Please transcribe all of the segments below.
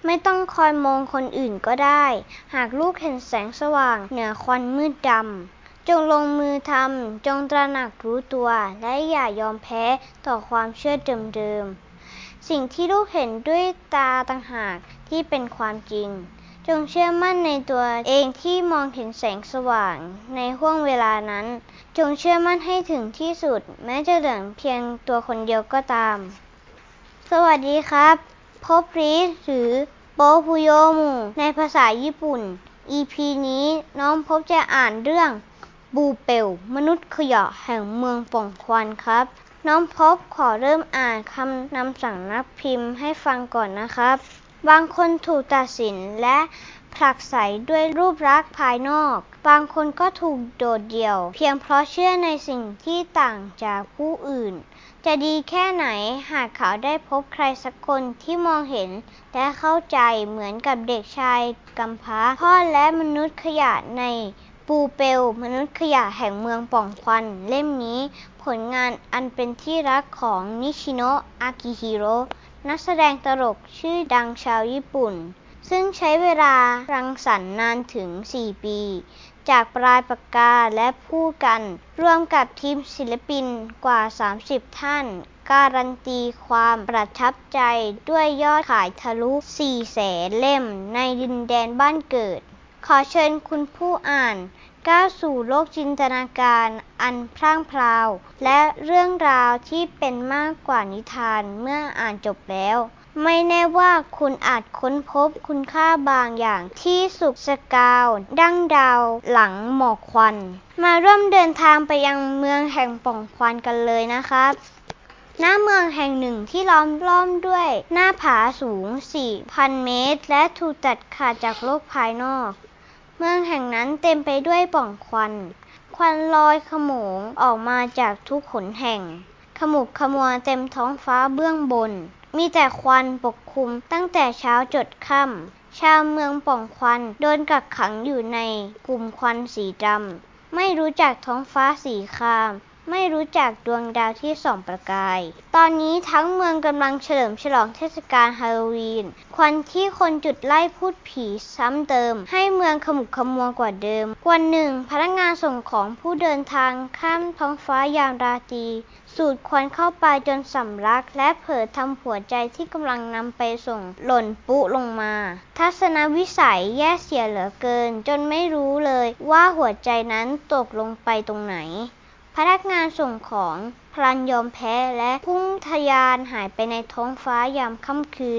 ไม่ต้องคอยมองคนอื่นก็ได้หากลูกเห็นแสงสว่างเหนือควันมืดดำจงลงมือทำจงตระหนักรู้ตัวและอย่ายอมแพ้ต่อความเชื่อเดิมๆสิ่งที่ลูกเห็นด้วยตาต่างหากที่เป็นความจริงจงเชื่อมั่นในตัวเองที่มองเห็นแสงสว่างในห้วงเวลานั้นจงเชื่อมั่นให้ถึงที่สุดแม้จะเหลือเพียงตัวคนเดียวก็ตามสวัสดีครับพบรีดหรือโปปุโยมุในภาษาญี่ปุ่น EP นี้น้องพบจะอ่านเรื่องบูเปลมนุษย์ขยะแห่งเมืองป่องควันครับน้องพบขอเริ่มอ่านคำนำสั่งนักพิมพ์ให้ฟังก่อนนะครับบางคนถูกตัดสินและผลักไสด้วยรูปลักษณ์ภายนอกบางคนก็ถูกโดดเดี่ยวเพียงเพราะเชื่อในสิ่งที่ต่างจากผู้อื่นจะดีแค่ไหนหากเขาได้พบใครสักคนที่มองเห็นและเข้าใจเหมือนกับเด็กชายกำพร้าพ่อและมนุษย์ขยะในปูเปลมนุษย์ขยะแห่งเมืองป่องควันเล่มนี้ผลงานอันเป็นที่รักของนิชิโนะอากิฮิโร่นักแสดงตลกชื่อดังชาวญี่ปุ่นซึ่งใช้เวลารังสรรค์นานถึง 4 ปีจากปลายปากกาและผู้กันร่วมกับทีมศิลปินกว่า 30 ท่านการันตีความประทับใจด้วยยอดขายทะลุ 400,000 เล่มในดินแดนบ้านเกิดขอเชิญคุณผู้อ่านก้าวสู่โลกจินตนาการอันพร่างพราวและเรื่องราวที่เป็นมากกว่านิทานเมื่ออ่านจบแล้วไม่แน่ว่าคุณอาจค้นพบคุณค่าบางอย่างที่สุขสกาวดั้งดาวหลังหมอกควันมาร่วมเดินทางไปยังเมืองแห่งป่องควันกันเลยนะครับณเมืองแห่งหนึ่งที่ล้อมรอบด้วยหน้าผาสูง 4,000 เมตรและถูกตัดขาดจากโลกภายนอกเมืองแห่งนั้นเต็มไปด้วยป่องควันควันลอยขโมงออกมาจากทุกหนแห่งขมุกขมัวเต็มท้องฟ้าเบื้องบนมีแต่ควันปกคลุมตั้งแต่เช้าจดค่ำชาวเมืองป่องควันโดนกักขังอยู่ในกลุ่มควันสีดำไม่รู้จักท้องฟ้าสีครามไม่รู้จักดวงดาวที่ส่องประกายตอนนี้ทั้งเมืองกำลังเฉลิมฉลองเทศกาลฮาโลวีนควันที่คนจุดไล่พูดผีซ้ำเติมให้เมืองขมุกขมัวกว่าเดิมวันหนึ่งพนักงานส่งของผู้เดินทางข้ามท้องฟ้ายามราตรีสูดควันเข้าไปจนสำลักและเผลอทำหัวใจที่กำลังนำไปส่งหล่นปุ๊ลงมาทัศนวิสัยแย่เสียเหลือเกินจนไม่รู้เลยว่าหัวใจนั้นตกลงไปตรงไหนพนักงานส่งของพลันยอมแพ้และพุ่งทะยานหายไปในท้องฟ้ายามค่ำคืน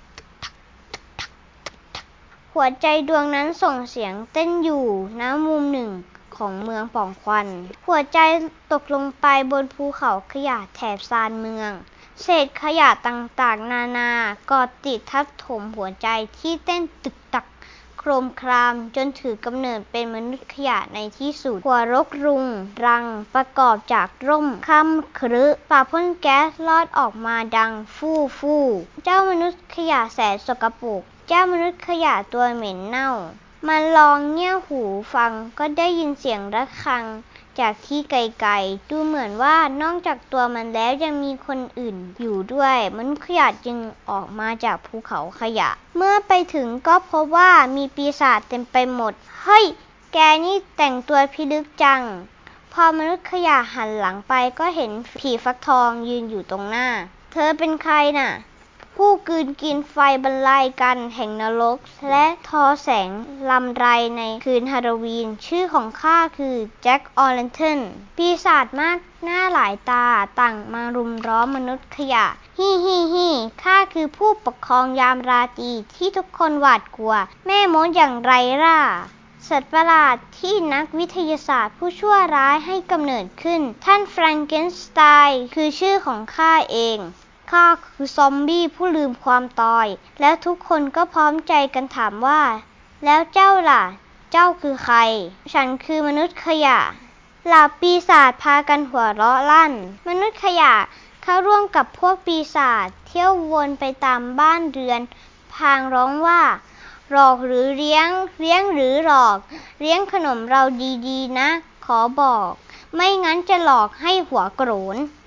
หัวใจดวงนั้นส่งเสียงเต้นอยู่ณมุมหนึ่งของเมืองป่องควันหัวใจตกลงไปบนภูเขาขยะแถบซานเมืองเศษขยะต่างๆนานาก่อติดทับถมหัวใจที่เต้นตึกตักโครมครามจนถือกำเนิดเป็นมนุษย์ขยะในที่สุดหัวรกรุงรังประกอบจากร่มค่ำครึป่าพ่นแก๊สลอดออกมาดังฟู่ฟู่เจ้ามนุษย์ขยะแสนสกปรกเจ้ามนุษย์ขยะตัวเหม็นเน่ามันลองเงี่ยหูฟังก็ได้ยินเสียงระฆังจากที่ไกลๆดูเหมือนว่านอกจากตัวมันแล้วยังมีคนอื่นอยู่ด้วยมนุษย์ขยะจึงออกมาจากภูเขาขยะเมื่อไปถึงก็พบว่ามีปีศาจเต็มไปหมดเฮ้ยแกนี่แต่งตัวพิลึกจังพอมนุษย์ขยะหันหลังไปก็เห็นผีฟักทองยืนอยู่ตรงหน้าเธอเป็นใครน่ะผู้กลืนกินไฟบรรลัยกันแห่งนรกและทอแสงลำไรในคืนฮาโลวีนชื่อของข้าคือแจ็คออเลนเทนปีศาจมากหน้าหลายตาต่างมารุมล้อมมนุษย์ขยะฮิฮิฮิข้าคือผู้ปกครองยามราตรีที่ทุกคนหวาดกลัวแม่มดอย่างไรล่ะสัตว์ประหลาดที่นักวิทยาศาสตร์ผู้ชั่วร้ายให้กำเนิดขึ้นท่านแฟรงเกนสไตน์คือชื่อของข้าเองข้าคือซอมบี้ผู้ลืมความตายแล้วทุกคนก็พร้อมใจกันถามว่าแล้วเจ้าล่ะเจ้าคือใครฉันคือมนุษย์ขยะเหล่าปีศาจพากันหัวเราะลั่นมนุษย์ขยะเข้าร่วมกับพวกปีศาจเที่ยววนไปตามบ้านเรือนพลางร้องว่าหลอกหรือเลี้ยงหรือหลอกเลี้ยงขนมเราดีๆนะขอบอกไม่งั้นจะหลอกให้หัวโกรน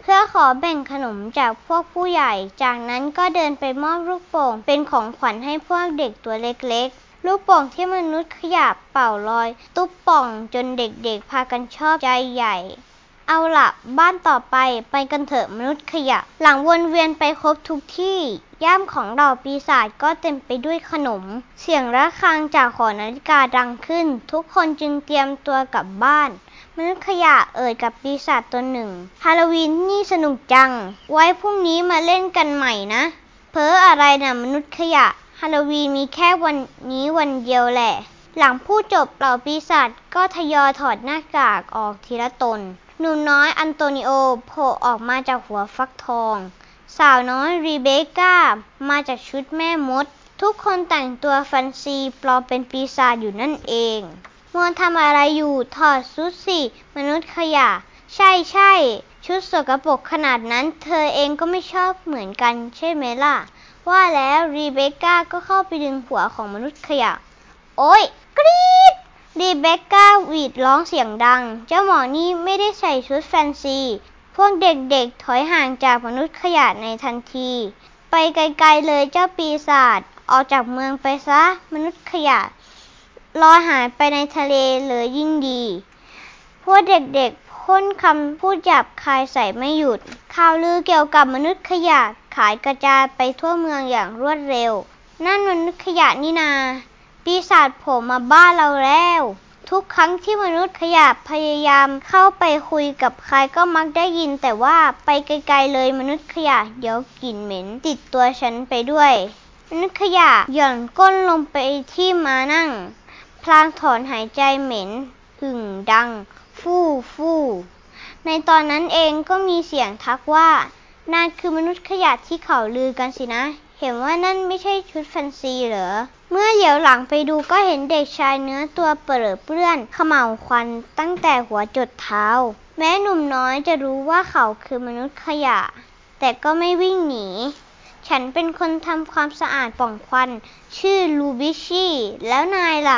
เพื่อขอแบ่งขนมจากพวกผู้ใหญ่จากนั้นก็เดินไปมอบลูกโป่งเป็นของขวัญให้พวกเด็กตัวเล็กๆลูกโป่งที่มนุษย์ขยะเป่าลอยตุ๊บป่องจนเด็กๆพากันชอบใจใหญ่เอาล่ะบ้านต่อไปกันเถอะมนุษย์ขยะหลังวนเวียนไปครบทุกที่ย่ามของเหล่าปีศาจก็เต็มไปด้วยขนมเสียงระฆังจากหอนาฬิกาดังขึ้นทุกคนจึงเตรียมตัวกลับบ้านมนุษย์ขยะเอ่ยกับปีศาจตัวหนึ่งฮาโลวีนนี่สนุกจังไว้พรุ่งนี้มาเล่นกันใหม่นะเพ้ออะไรนะมนุษย์ขยะฮาโลวีนมีแค่วันนี้วันเดียวแหละหลังพูดจบเหล่าปีศาจก็ทยอยถอดหน้ากากออกทีละตนหนุ่มน้อยอันโตนิโอโผล่ออกมาจากหัวฟักทองสาวน้อยรีเบคก้ามาจากชุดแม่มดทุกคนแต่งตัวแฟนซีปลอมเป็นปีศาจอยู่นั่นเองมัวทำอะไรอยู่ถอดชุดสิมนุษย์ขยะใช่ชุดสกปรกขนาดนั้นเธอเองก็ไม่ชอบเหมือนกันใช่ไหมล่ะว่าแล้วรีเบคก้าก็เข้าไปดึงหัวของมนุษย์ขยะโอ๊ยกรี๊ดรีเบคก้าหวีดร้องเสียงดังเจ้าหมอนี่ไม่ได้ใส่ชุดแฟนซีพวกเด็กๆถอยห่างจากมนุษย์ขยะในทันทีไปไกลๆเลยเจ้าปีศาจออกจากเมืองไปซะมนุษย์ขยะลอยหายไปในทะเลเลยยิ่งดีพวกเด็กๆพ่นคำพูดหยาบคายใส่ไม่หยุดข่าวลือเกี่ยวกับมนุษย์ขยะขายกระจายไปทั่วเมืองอย่างรวดเร็วนั่นมนุษย์ขยะนี่นาปีศาจโผล่มาบ้านเราแล้วทุกครั้งที่มนุษย์ขยะพยายามเข้าไปคุยกับใครก็มักได้ยินแต่ว่าไปไกลๆเลยมนุษย์ขยะเดี๋ยวกลิ่นเหม็นติดตัวฉันไปด้วยมนุษย์ขยะหย่อนก้นลงไปที่ม้านั่งพลางถอนหายใจเหม็นหึ่งดังฟู่ในตอนนั้นเองก็มีเสียงทักว่านายคือมนุษย์ขยะที่เขาลือกันสินะเห็นว่านั่นไม่ใช่ชุดแฟนซีเหรอเมื่อเหลียวหลังไปดูก็เห็นเด็กชายเนื้อตัวเปรอะเปื้อนเขม่าวควันตั้งแต่หัวจดเท้าแม้หนุ่มน้อยจะรู้ว่าเขาคือมนุษย์ขยะแต่ก็ไม่วิ่งหนีฉันเป็นคนทำความสะอาดปล่องควันชื่อลูบิชี่แล้วนายล่ะ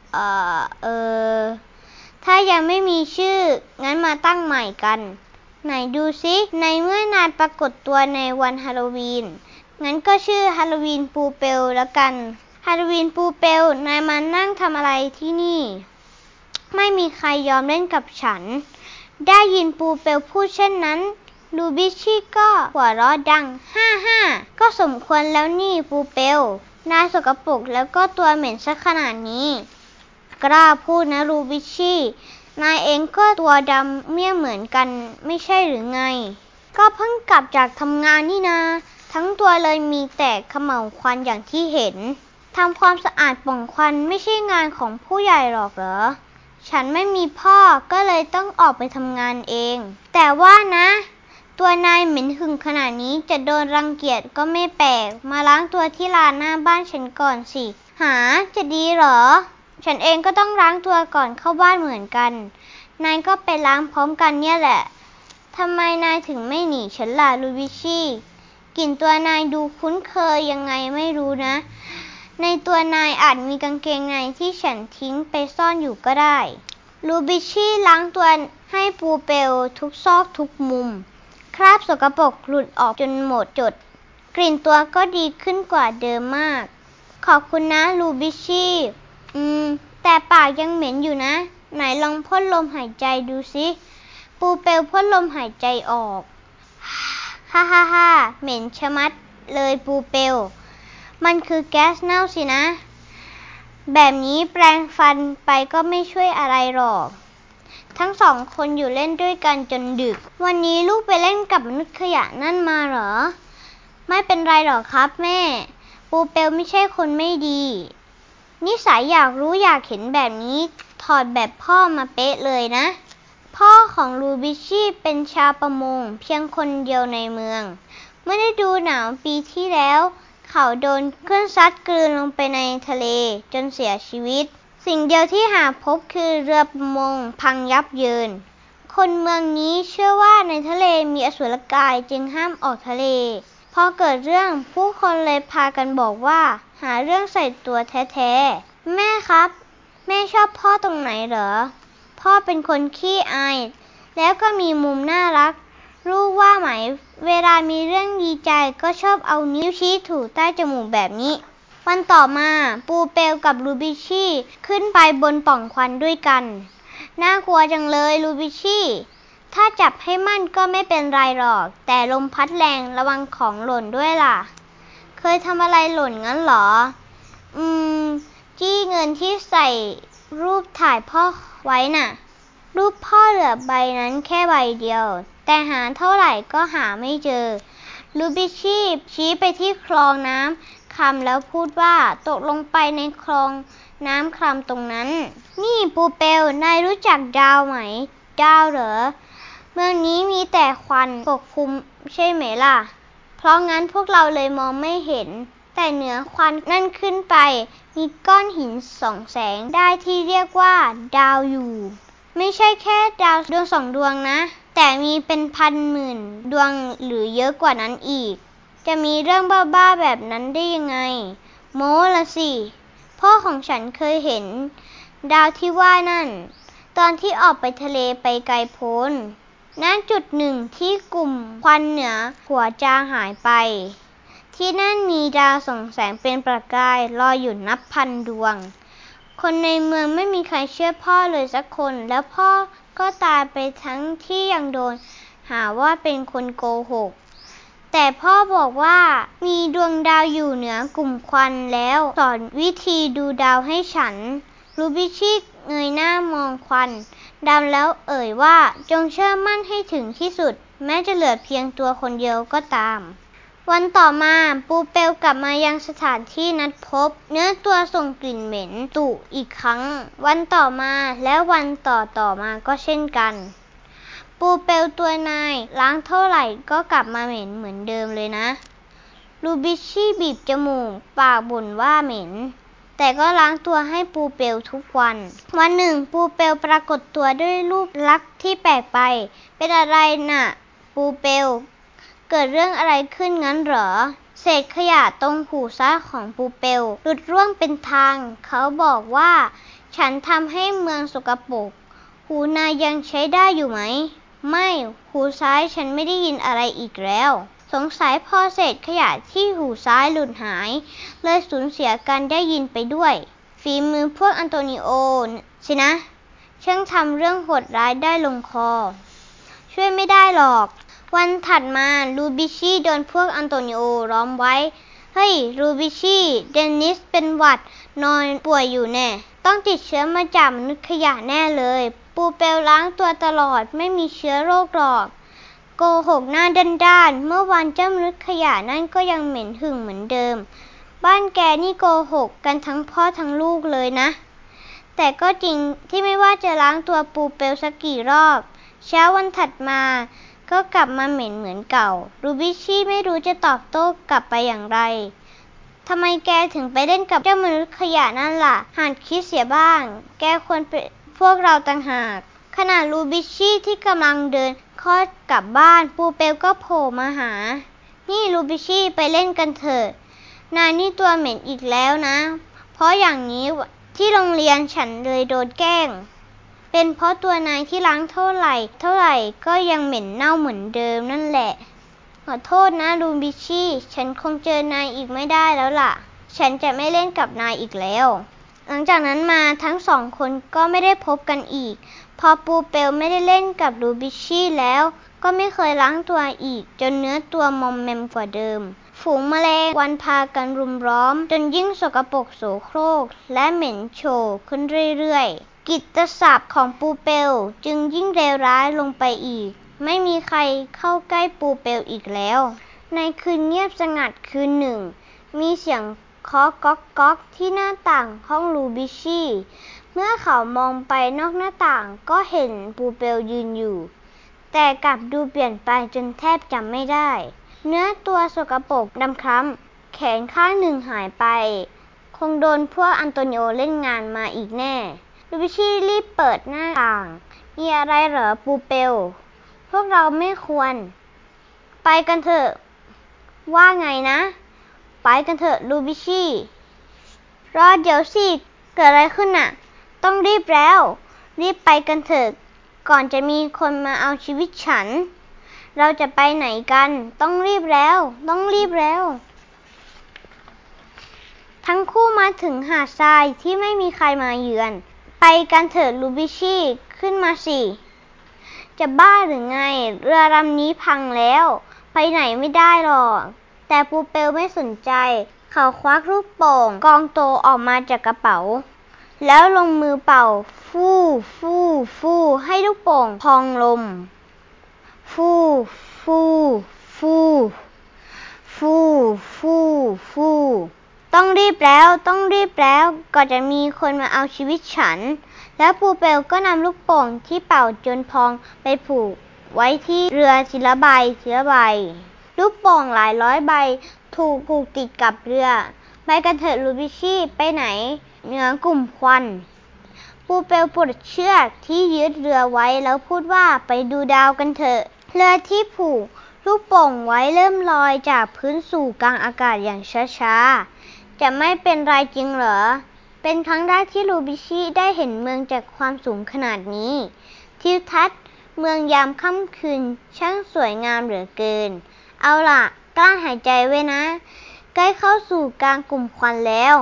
ถ้ายังไม่มีชื่องั้นมาตั้งใหม่กันไหนดูซิในเมื่อนายปรากฏตัวในวันฮาโลวีนงั้นก็ชื่อฮาโลวีนปูเปลแล้วกันฮาโลวีนปูเปลนายมานั่งทำอะไรที่นี่ไม่มีใครยอมเล่นกับฉันได้ยินปูเปลพูดเช่นนั้นลูบิชี่ก็หัวเราะดังฮ่าก็สมควรแล้วนี่ปูเปลนายสกปรกแล้วก็ตัวเหม็นซะขนาดนี้กล้าพูดนะลูบิชี่นายเองก็ตัวดำเมี่ยเหมือนกันไม่ใช่หรือไงก็เพิ่งกลับจากทำงานนี่นาทั้งตัวเลยมีแต่เขม่าวควันอย่างที่เห็นทำความสะอาดปล่องควันไม่ใช่งานของผู้ใหญ่หรอกเหรอฉันไม่มีพ่อก็เลยต้องออกไปทำงานเองแต่ว่านะตัวนายเหม็นหึงขนาดนี้จะโดนรังเกียจก็ไม่แปลกมาล้างตัวที่ลานหน้าบ้านฉันก่อนสิหาจะดีเหรอฉันเองก็ต้องล้างตัวก่อนเข้าบ้านเหมือนกันนายก็ไปล้างพร้อมกันเนี่ยแหละทำไมนายถึงไม่หนีฉันล่ะลูบิชี่กลิ่นตัวนายดูคุ้นเคยยังไงไม่รู้นะในตัวนายอาจมีกางเกงในที่ฉันทิ้งไปซ่อนอยู่ก็ได้ลูบิชี่ล้างตัวให้ปูเปลทุกซอกทุกมุมคราบสกปรกหลุดออกจนหมดจดกลิ่นตัวก็ดีขึ้นกว่าเดิมมากขอบคุณนะลูบิชี่แต่ปากยังเหม็นอยู่นะไหนลองพ่นลมหายใจดูสิปูเปลพ่นลมหายใจออกฮ่าเหม็นชะมัดเลยปูเปลมันคือแก๊สเน่าสินะแบบนี้แปรงฟันไปก็ไม่ช่วยอะไรหรอกทั้งสองคนอยู่เล่นด้วยกันจนดึกวันนี้ลูกไปเล่นกับมนุษย์ขยะนั่นมาเหรอไม่เป็นไรหรอกครับแม่ปูเปลไม่ใช่คนไม่ดีนิสัยอยากรู้อยากเห็นแบบนี้ถอดแบบพ่อมาเป๊ะเลยนะพ่อของลูบิชี่เป็นชาวประมงเพียงคนเดียวในเมืองเมื่อฤดูหนาวปีที่แล้วเขาโดนคลื่นซัดกลืนลงไปในทะเลจนเสียชีวิตสิ่งเดียวที่หาพบคือเรือประมงพังยับเยินคนเมืองนี้เชื่อว่าในทะเลมีอสุรกายจึงห้ามออกทะเลพอเกิดเรื่องผู้คนเลยพากันบอกว่าหาเรื่องใส่ตัวแท้ๆแม่ครับแม่ชอบพ่อตรงไหนเหรอพ่อเป็นคนขี้อายแล้วก็มีมุมน่ารักรู้ว่าไหมเวลามีเรื่องดีใจก็ชอบเอานิ้วชี้ถูใต้จมูกแบบนี้วันต่อมาปูเปลกับรูบิชี่ขึ้นไปบนปล่องควันด้วยกันน่ากลัวจังเลยรูบิชี่ถ้าจับให้มั่นก็ไม่เป็นไรหรอกแต่ลมพัดแรงระวังของหล่นด้วยล่ะเคยทำอะไรหล่นงั้นเหรอจี้เงินที่ใส่รูปถ่ายพ่อไว้น่ะรูปพ่อเหลือใบนั้นแค่ใบเดียวแต่หาเท่าไหร่ก็หาไม่เจอรูบิชี่ชี้ไปที่คลองน้ำคลำแล้วพูดว่าตกลงไปในคลองน้ำคลำตรงนั้นนี่ปูเปลนายรู้จักดาวไหมดาวเหรอเมืองนี้มีแต่ควันปกคลุมใช่ไหมล่ะเพราะงั้นพวกเราเลยมองไม่เห็นแต่เหนือควันนั่นขึ้นไปมีก้อนหินส่องแสงได้ที่เรียกว่าดาวอยู่ไม่ใช่แค่ดาวดวงสองดวงนะแต่มีเป็นพันหมื่นดวงหรือเยอะกว่านั้นอีกจะมีเรื่องบ้าๆแบบนั้นได้ยังไงโม้ละสิพ่อของฉันเคยเห็นดาวที่ว่านั่นตอนที่ออกไปทะเลไปไกลโพ้นณจุดหนึ่งที่กลุ่มควันเหนือหัวจางหายไปที่นั่นมีดาวส่องแสงเป็นประกายลอยอยู่นับพันดวงคนในเมืองไม่มีใครเชื่อพ่อเลยสักคนแล้วพ่อก็ตายไปทั้งที่ยังโดนหาว่าเป็นคนโกหกแต่พ่อบอกว่ามีดวงดาวอยู่เหนือกลุ่มควันแล้วสอนวิธีดูดาวให้ฉันรูบิชิเงยหน้ามองควันดำแล้วเอ่ยว่าจงเชื่อมั่นให้ถึงที่สุดแม้จะเหลือเพียงตัวคนเดียวก็ตามวันต่อมาปูเปลกลับมายังสถานที่นัดพบเนื้อตัวส่งกลิ่นเหม็นตุอีกครั้งวันต่อมาและวันต่อมาก็เช่นกันปูเปลตัวนายล้างเท่าไหร่ก็กลับมาเหม็นเหมือนเดิมเลยนะรูบิชี่บีบจมูกปากบ่นว่าเหม็นแต่ก็ล้างตัวให้ปูเปลทุกวันวันหนึ่งปูเปลปรากฏตัวด้วยรูปลักษณ์ที่แปลกไปเป็นอะไรน่ะปูเปลเกิดเรื่องอะไรขึ้นงั้นเหรอเศษขยะตรงหูซ้ายของปูเปลหลุดร่วงเป็นทางเขาบอกว่าฉันทำให้เมืองสกปรกหูนายยังใช้ได้อยู่ไหมไม่หูซ้ายฉันไม่ได้ยินอะไรอีกแล้วสงสัยพอเศษขยะที่หูซ้ายหลุดหายเลยสูญเสียการได้ยินไปด้วยฝีมือพวกอันโตนิโอสินะช่างทำเรื่องโหดร้ายได้ลงคอช่วยไม่ได้หรอกวันถัดมารูบิชี่โดนพวกอันโตนิโอล้อมไว้เฮ้ยรูบิชี่เดนิสเป็นหวัดนอนป่วยอยู่แน่ต้องติดเชื้อมาจากมนุษย์ขยะแน่เลยปูเปลล้างตัวตลอดไม่มีเชื้อโรคหรอกโกหกหน้าด้านๆเมื่อวานเจ้ามนุษย์ขยะนั่นก็ยังเหม็นหึ่งเหมือนเดิมบ้านแกนี่โกหกกันทั้งพ่อทั้งลูกเลยนะแต่ก็จริงที่ไม่ว่าจะล้างตัวปูเปลสักกี่รอบเช้าวันถัดมาก็กลับมาเหม็นเหมือนเก่ารูบิชี่ไม่รู้จะตอบโต้กลับไปอย่างไรทำไมแกถึงไปเล่นกับเจ้ามนุษย์ขยะนั่นล่ะหัดคิดเสียบ้างแกควรเป็นพวกเราต่างหากขณะรูบิชี่ที่กำลังเดินคลอดกลับบ้านปูเปลก็โผล่มาหานี่รูบิชี่ไปเล่นกันเถอะนายนี่ตัวเหม็นอีกแล้วนะเพราะอย่างนี้ที่โรงเรียนฉันเลยโดนแกล้งเป็นเพราะตัวนายที่ล้างเท่าไหร่ก็ยังเหม็นเน่าเหมือนเดิมนั่นแหละขอโทษนะรูบิชี่ฉันคงเจอนายอีกไม่ได้แล้วล่ะฉันจะไม่เล่นกับนายอีกแล้วหลังจากนั้นมาทั้งสองคนก็ไม่ได้พบกันอีกพอปูเปลไม่ได้เล่นกับรูบิชี่แล้วก็ไม่เคยล้างตัวอีกจนเนื้อตัวมอมแมมกว่าเดิมฝูงแมลงวันพากันรุมล้อมจนยิ่งสกปรกโสโครกและเหม็นโชยขึ้นเรื่อยๆกิตติศัพท์ของปูเปลจึงยิ่งเลวร้ายลงไปอีกไม่มีใครเข้าใกล้ปูเปลอีกแล้วในคืนเงียบสงัดคืนหนึ่งมีเสียงเคาะก๊อกที่หน้าต่างห้องรูบิชี่เมื่อเขามองไปนอกหน้าต่างก็เห็นปูเปลยืนอยู่แต่กลับดูเปลี่ยนไปจนแทบจำไม่ได้เนื้อตัวสกปรกดำคล้ำแขนข้างหนึ่งหายไปคงโดนพวกอันโตนิโอเล่นงานมาอีกแน่รูบิชี่รีบเปิดหน้าต่างมีอะไรเหรอปูเปลพวกเราไม่ควรไปกันเถอะว่าไงนะไปกันเถอะรูบิชี่รอเดี๋ยวสิเกิดอะไรขึ้นน่ะต้องรีบแล้วรีบไปกันเถอะก่อนจะมีคนมาเอาชีวิตฉันเราจะไปไหนกันต้องรีบแล้วทั้งคู่มาถึงหาดทรายที่ไม่มีใครมาเยือนไปกันเถิดลูบิชี่ขึ้นมาสิจะบ้าหรือไงเรือลำนี้พังแล้วไปไหนไม่ได้หรอกแต่ปูเปลไม่สนใจเขาควักลูกโป่งกองโตออกมาจากกระเป๋าแล้วลงมือเป่าฟู่ฟู่ฟู่ให้ลูกโป่งพองลมฟู่ฟู่ฟู่ฟู่ฟู่ฟู่ต้องรีบแล้วก่อนจะมีคนมาเอาชีวิตฉันแล้วปูเปลก็นำลูกโป่งที่เป่าจนพองไปผูกไว้ที่เรือทีละใบลูกโป่งหลายร้อยใบถูกผูกติดกับเรือไปกันเถิดลูบิชี่ไปไหนเหนือกลุ่มควันปูเปลปลดเชือกที่ยึดเรือไว้แล้วพูดว่าไปดูดาวกันเถอะเรือที่ผูกลูกโป่งไว้เริ่มลอยจากพื้นสู่กลางอากาศอย่างช้าๆจะไม่เป็นไรจริงเหรอเป็นครั้งแรกที่ลูบิชี่ได้เห็นเมืองจากความสูงขนาดนี้ทิวทัศน์เมืองยามค่ำคืนช่างสวยงามเหลือเกินเอาล่ะกลั้นหายใจไว้นะใกล้เข้าสู่กลางกลุ่มควันแล้ว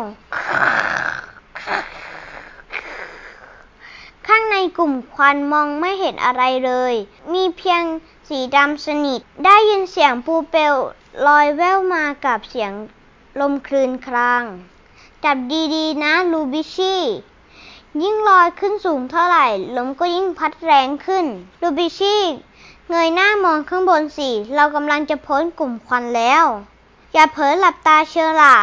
ข้างในกลุ่มควันมองไม่เห็นอะไรเลยมีเพียงสีดำสนิทได้ยินเสียงปูเปลลอยแว่วมากับเสียงลมคลื่นครางจับดีๆนะลูบิชี่ยิ่งลอยขึ้นสูงเท่าไหร่ลมก็ยิ่งพัดแรงขึ้นลูบิชี่เงยหน้ามองข้างบนสิเรากำลังจะพ้นกลุ่มควันแล้วอย่าเผลอหลับตาเชียวล่ะ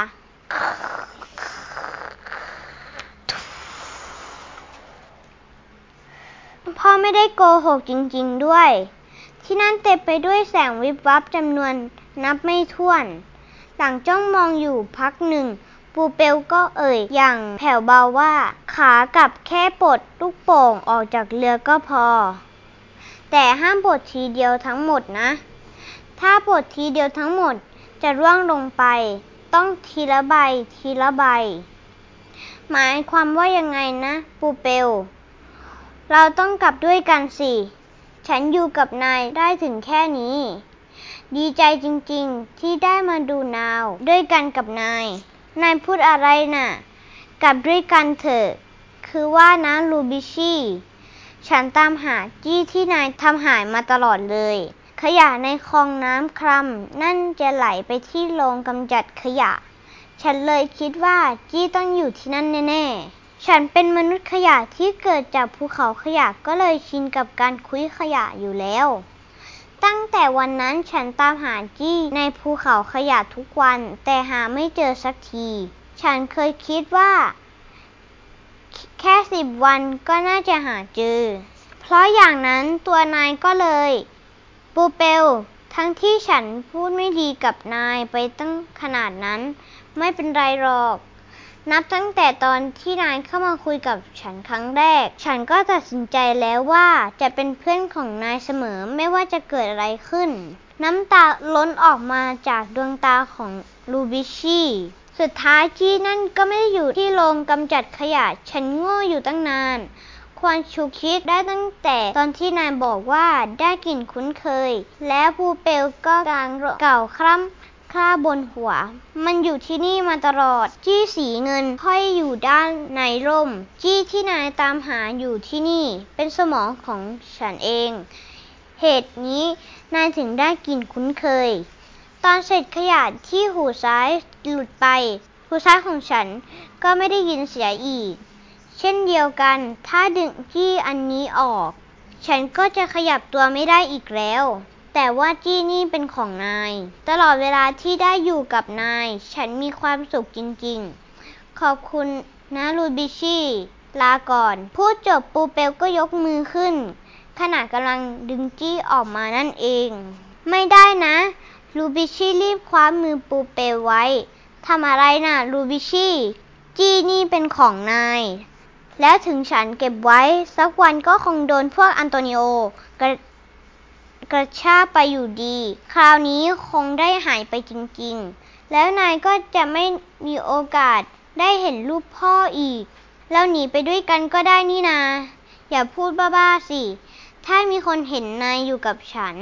พ่อไม่ได้โกหกจริงๆด้วยที่นั่นเต็มไปด้วยแสงวิบวับจำนวนนับไม่ถ้วนหลังจ้องมองอยู่พักหนึ่งปูเปลก็เอ่ยอย่างแผ่วเบาว่าขากลับแค่ปลดลูกโป่งออกจากเรือก็พอแต่ห้ามปลดทีเดียวทั้งหมดนะถ้าปลดทีเดียวทั้งหมดจะร่วงลงไปต้องทีละใบหมายความว่ายังไงนะปูเปลเราต้องกลับด้วยกันสิฉันอยู่กับนายได้ถึงแค่นี้ดีใจจริงๆที่ได้มาดูดาวด้วยกันกับนายพูดอะไรน่ะกลับด้วยกันเถอะคือว่านะลูบิชี่ฉันตามหาจี้ที่นายทำหายมาตลอดเลยขยะในคลองน้ำคร่ำนั่นจะไหลไปที่โรงกำจัดขยะฉันเลยคิดว่าจี้ต้องอยู่ที่นั่นแน่ๆฉันเป็นมนุษย์ขยะที่เกิดจากภูเขาขยะก็เลยชินกับการคุ้ยขยะอยู่แล้วตั้งแต่วันนั้นฉันตามหาจี้ในภูเขาขยะทุกวันแต่หาไม่เจอสักทีฉันเคยคิดว่าแค่10 วันก็น่าจะหาเจอเพราะอย่างนั้นตัวนายก็เลยปูเปลทั้งที่ฉันพูดไม่ดีกับนายไปตั้งขนาดนั้นไม่เป็นไรหรอกนับตั้งแต่ตอนที่นายเข้ามาคุยกับฉันครั้งแรกฉันก็ตัดสินใจแล้วว่าจะเป็นเพื่อนของนายเสมอไม่ว่าจะเกิดอะไรขึ้นน้ำตาล้นออกมาจากดวงตาของลูบิชี่สุดท้ายจี้นั่นก็ไม่ได้อยู่ที่โรงกำจัดขยะฉันโง่อยู่ตั้งนานควรฉุกคิดได้ตั้งแต่ตอนที่นายบอกว่าได้กลิ่นคุ้นเคยแล้วปูเปลก็กางเก่าคร่ำคร่าบนหัวมันอยู่ที่นี่มาตลอดจี้สีเงินห้อยอยู่ด้านในร่มจี้ที่นายตามหาอยู่ที่นี่เป็นสมองของฉันเองเหตุนี้นายถึงได้กลิ่นคุ้นเคยตอนเศษขยะที่หูซ้ายหลุดไปหูซ้ายของฉันก็ไม่ได้ยินเสียอีกเช่นเดียวกันถ้าดึงจี้อันนี้ออกฉันก็จะขยับตัวไม่ได้อีกแล้วแต่ว่าจี้นี่เป็นของนายตลอดเวลาที่ได้อยู่กับนายฉันมีความสุขจริงๆขอบคุณนะลูบิชี่ลาก่อนพูดจบปูเปลก็ยกมือขึ้นขณะกำลังดึงจี้ออกมานั่นเองไม่ได้นะลูบิชี่รีบคว้ามือปูเปลไว้ทำอะไรน่ะลูบิชี่จี้นี่เป็นของนายแล้วถึงฉันเก็บไว้สักวันก็คงโดนพวกอันโตนิโอกระชากไปอยู่ดีคราวนี้คงได้หายไปจริงๆแล้วนายก็จะไม่มีโอกาสได้เห็นรูปพ่ออีกแล้วหนีไปด้วยกันก็ได้นี่นาอย่าพูดบ้าๆสิถ้ามีคนเห็นนายอยู่กับฉัน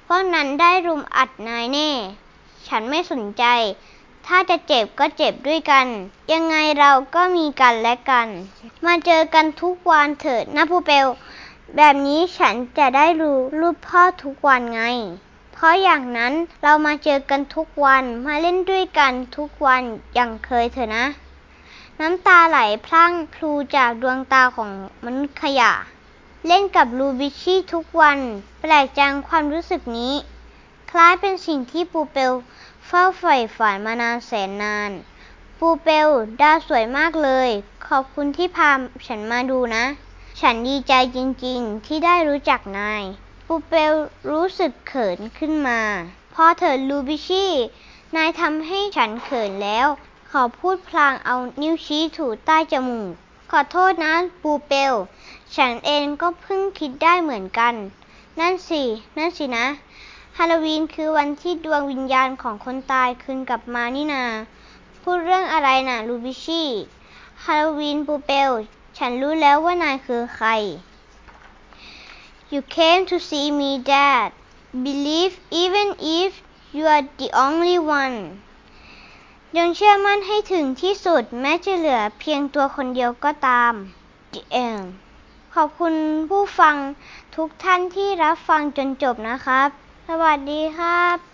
พวกนั้นได้รุมอัดนายแน่ฉันไม่สนใจถ้าจะเจ็บก็เจ็บด้วยกันยังไงเราก็มีกันและกันมาเจอกันทุกวันเถิดนะปูเปลแบบนี้ฉันจะได้รู้รูปพ่อทุกวันไงเพราะอย่างนั้นเรามาเจอกันทุกวันมาเล่นด้วยกันทุกวันอย่างเคยเถอะนะน้ำตาไหลพลั่งพลูจากดวงตาของมนุษย์ขยะเล่นกับลูบิชี่ทุกวันแปลกจังความรู้สึกนี้คล้ายเป็นสิ่งที่ปูเปลเฝ้าใฝ่ฝันมานานแสนนานปูเปลดาวสวยมากเลยขอบคุณที่พาฉันมาดูนะฉันดีใจจริงๆที่ได้รู้จักนายปูเปลรู้สึกเขินขึ้นมาพอเถิดลูบิชี่นายทำให้ฉันเขินแล้วเขาพูดพลางเอานิ้วชี้ถูใต้จมูกขอโทษนะปูเปลฉันเองก็เพิ่งคิดได้เหมือนกันนั่นสินะฮาโลวีนคือวันที่ดวงวิญญาณของคนตายคืนกลับมานี่นาพูดเรื่องอะไรน่ะลูบิชี่ฮาโลวีนปูเปลฉันรู้แล้วว่านายคือใคร You came to see me Dad Believe even if you are the only one ยังเชื่อมั่นให้ถึงที่สุดแม้จะเหลือเพียงตัวคนเดียวก็ตาม The end ขอบคุณผู้ฟังทุกท่านที่รับฟังจนจบนะครับสวัสดีครับ